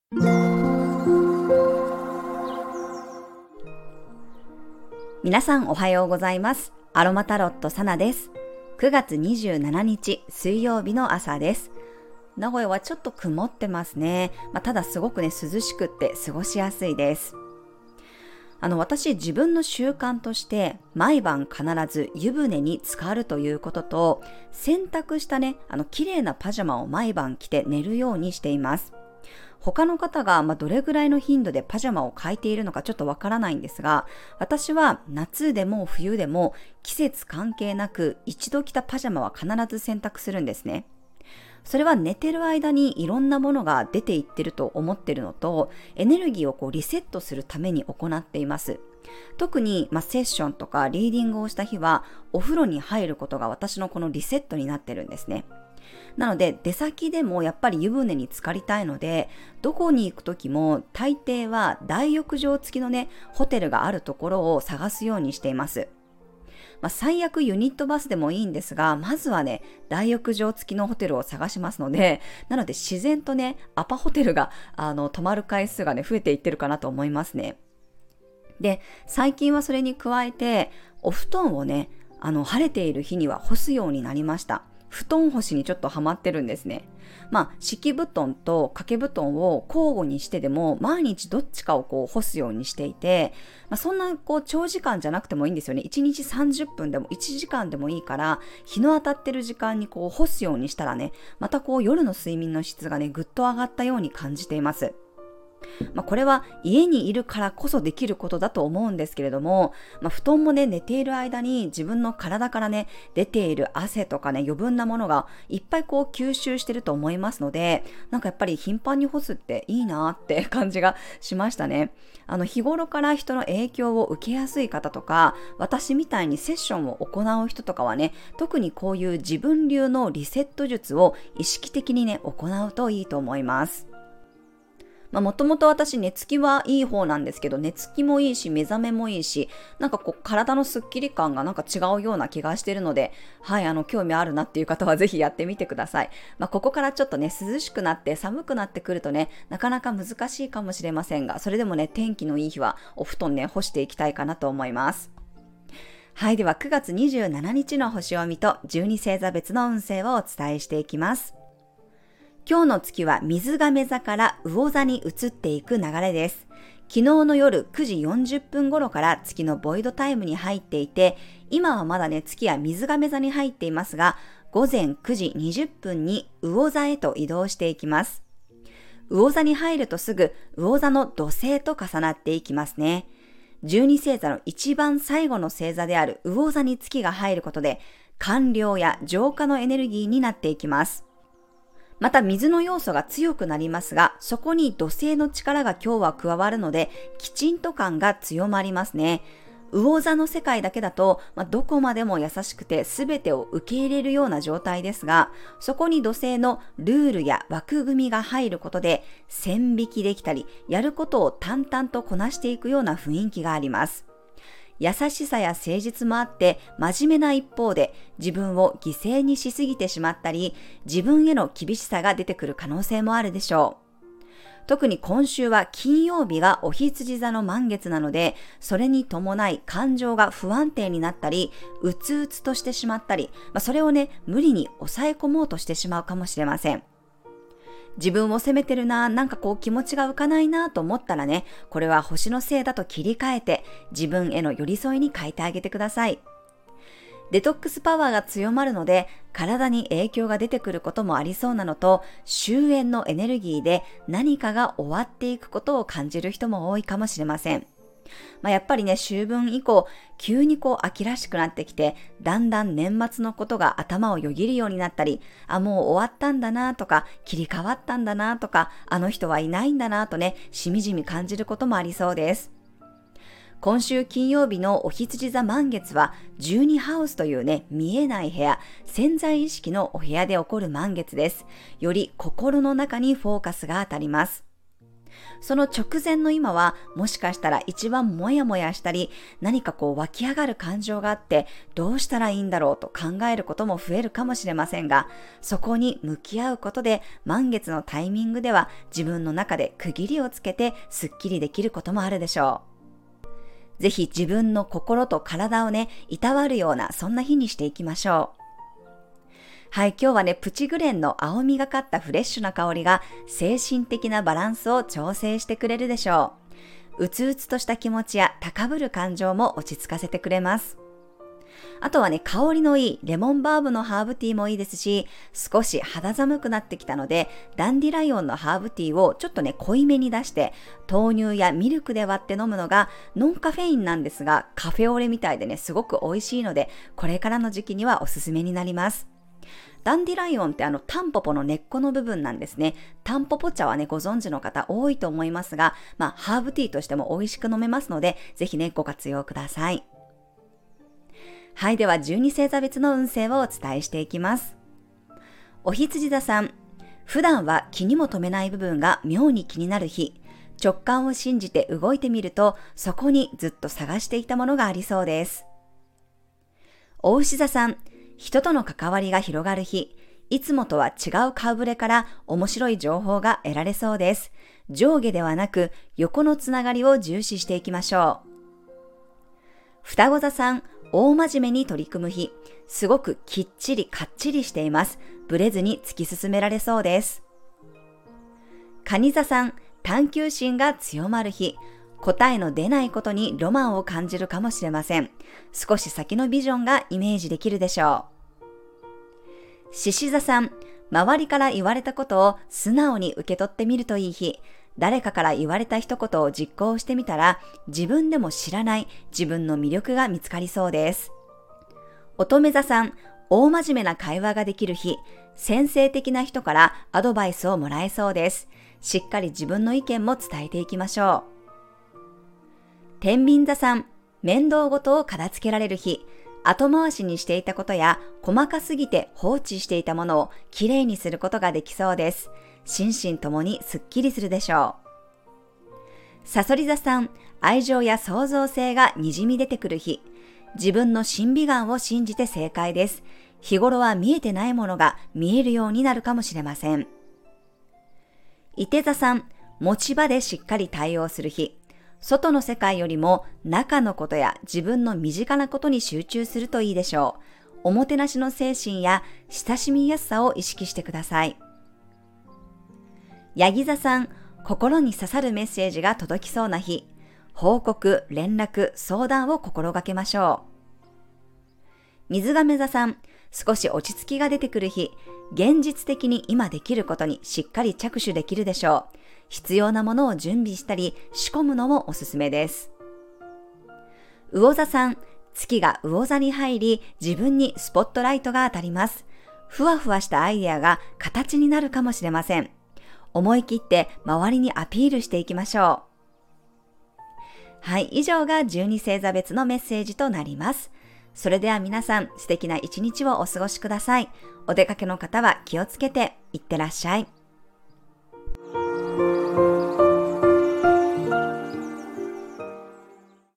皆さんおはようございます。アロマタロットサナです。9月27日水曜日の朝です。名古屋はちょっと曇ってますね。ただすごく涼しくって過ごしやすいです。私自分の習慣として毎晩必ず湯船に浸かるということと、洗濯した綺麗なパジャマを毎晩着て寝るようにしています。他の方がどれぐらいの頻度でパジャマを履いているのかちょっとわからないんですが、私は夏でも冬でも季節関係なく一度着たパジャマは必ず洗濯するんですね。それは寝てる間にいろんなものが出ていってると思ってるのと、エネルギーをリセットするために行っています。特にセッションとかリーディングをした日はお風呂に入ることが私のこのリセットになってるんですね。なので出先でもやっぱり湯船に浸かりたいので、どこに行く時も大抵は大浴場付きのホテルがあるところを探すようにしています。最悪ユニットバスでもいいんですが、まずは大浴場付きのホテルを探しますので、なので自然とアパホテルが泊まる回数が増えていってるかなと思いますね。で、最近はそれに加えてお布団を晴れている日には干すようになりました。布団干しにちょっとハマってるんですね。敷布団と掛け布団を交互にしてでも毎日どっちかを干すようにしていて、そんな長時間じゃなくてもいいんですよね。1日30分でも1時間でもいいから、日の当たってる時間に干すようにしたらまた夜の睡眠の質がぐっと上がったように感じています。これは家にいるからこそできることだと思うんですけれども、布団も寝ている間に自分の体から出ている汗とか余分なものがいっぱい吸収してると思いますので、やっぱり頻繁に干すっていいなって感じがしましたね。日頃から人の影響を受けやすい方とか、私みたいにセッションを行う人とかは特にこういう自分流のリセット術を意識的に行うといいと思います。もともと私寝つきはいい方なんですけど、寝つきもいいし目覚めもいいし、体のスッキリ感が違うような気がしているので、興味あるなっていう方はぜひやってみてください。ここからちょっと涼しくなって寒くなってくるとなかなか難しいかもしれませんが、それでも天気のいい日はお布団干していきたいかなと思います。はい、では9月27日の星読みと12星座別の運勢をお伝えしていきます。今日の月は水亀座から魚座に移っていく流れです。昨日の夜9時40分頃から月のボイドタイムに入っていて、今はまだ月は水亀座に入っていますが、午前9時20分に魚座へと移動していきます。魚座に入るとすぐ魚座の土星と重なっていきますね。12星座の一番最後の星座である魚座に月が入ることで、完了や浄化のエネルギーになっていきます。また水の要素が強くなりますが、そこに土星の力が今日は加わるので、きちんと感が強まりますね。魚座の世界だけだと、どこまでも優しくて全てを受け入れるような状態ですが、そこに土星のルールや枠組みが入ることで、線引きできたり、やることを淡々とこなしていくような雰囲気があります。優しさや誠実もあって真面目な一方で、自分を犠牲にしすぎてしまったり、自分への厳しさが出てくる可能性もあるでしょう。特に今週は金曜日がお羊座の満月なので、それに伴い感情が不安定になったり、うつうつとしてしまったり、それを無理に抑え込もうとしてしまうかもしれません。自分を責めてるな、気持ちが浮かないなと思ったらこれは星のせいだと切り替えて、自分への寄り添いに変えてあげてください。デトックスパワーが強まるので、体に影響が出てくることもありそうなのと、終焉のエネルギーで何かが終わっていくことを感じる人も多いかもしれません。やっぱり秋分以降、急に秋らしくなってきて、だんだん年末のことが頭をよぎるようになったり、もう終わったんだなとか、切り替わったんだなとか、あの人はいないんだなとしみじみ感じることもありそうです。今週金曜日のお羊座満月は、12ハウスという見えない部屋、潜在意識のお部屋で起こる満月です。より心の中にフォーカスが当たります。 その直前の今はもしかしたら一番モヤモヤしたり、何か湧き上がる感情があってどうしたらいいんだろうと考えることも増えるかもしれませんが、そこに向き合うことで満月のタイミングでは自分の中で区切りをつけてスッキリできることもあるでしょう。ぜひ自分の心と体をいたわるようなそんな日にしていきましょう。はい、今日はプチグレンの青みがかったフレッシュな香りが精神的なバランスを調整してくれるでしょう。うつうつとした気持ちや高ぶる感情も落ち着かせてくれます。あとは香りのいいレモンバーブのハーブティーもいいですし、少し肌寒くなってきたので、ダンディライオンのハーブティーをちょっと濃いめに出して、豆乳やミルクで割って飲むのがノンカフェインなんですが、カフェオレみたいですごく美味しいので、これからの時期にはおすすめになります。ダンディライオンってタンポポの根っこの部分なんですね。タンポポ茶はご存知の方多いと思いますが、ハーブティーとしても美味しく飲めますので、ぜひご活用ください。はい、では12星座別の運勢をお伝えしていきます。お羊座さん、普段は気にも留めない部分が妙に気になる日、直感を信じて動いてみると、そこにずっと探していたものがありそうです。お牛座さん、人との関わりが広がる日、いつもとは違う顔ぶれから面白い情報が得られそうです。上下ではなく横のつながりを重視していきましょう。双子座さん、大真面目に取り組む日、すごくきっちりかっちりしています。ブレずに突き進められそうです。蟹座さん、探求心が強まる日、答えの出ないことにロマンを感じるかもしれません。少し先のビジョンがイメージできるでしょう。獅子座さん、周りから言われたことを素直に受け取ってみるといい日、誰かから言われた一言を実行してみたら、自分でも知らない自分の魅力が見つかりそうです。乙女座さん、大真面目な会話ができる日、先生的な人からアドバイスをもらえそうです。しっかり自分の意見も伝えていきましょう。天秤座さん、面倒ごとを片付けられる日、後回しにしていたことや細かすぎて放置していたものをきれいにすることができそうです。心身ともにすっきりするでしょう。蠍座さん、愛情や創造性がにじみ出てくる日、自分の審美眼を信じて正解です。日頃は見えてないものが見えるようになるかもしれません。射手座さん、持ち場でしっかり対応する日、外の世界よりも中のことや自分の身近なことに集中するといいでしょう。おもてなしの精神や親しみやすさを意識してください。ヤギ座さん、心に刺さるメッセージが届きそうな日、報告、連絡、相談を心がけましょう。水亀座さん、少し落ち着きが出てくる日、現実的に今できることにしっかり着手できるでしょう。必要なものを準備したり仕込むのもおすすめです。魚座さん、月が魚座に入り、自分にスポットライトが当たります。ふわふわしたアイデアが形になるかもしれません。思い切って周りにアピールしていきましょう。はい、以上が12星座別のメッセージとなります。それでは皆さん、素敵な一日をお過ごしください。お出かけの方は気をつけていってらっしゃい。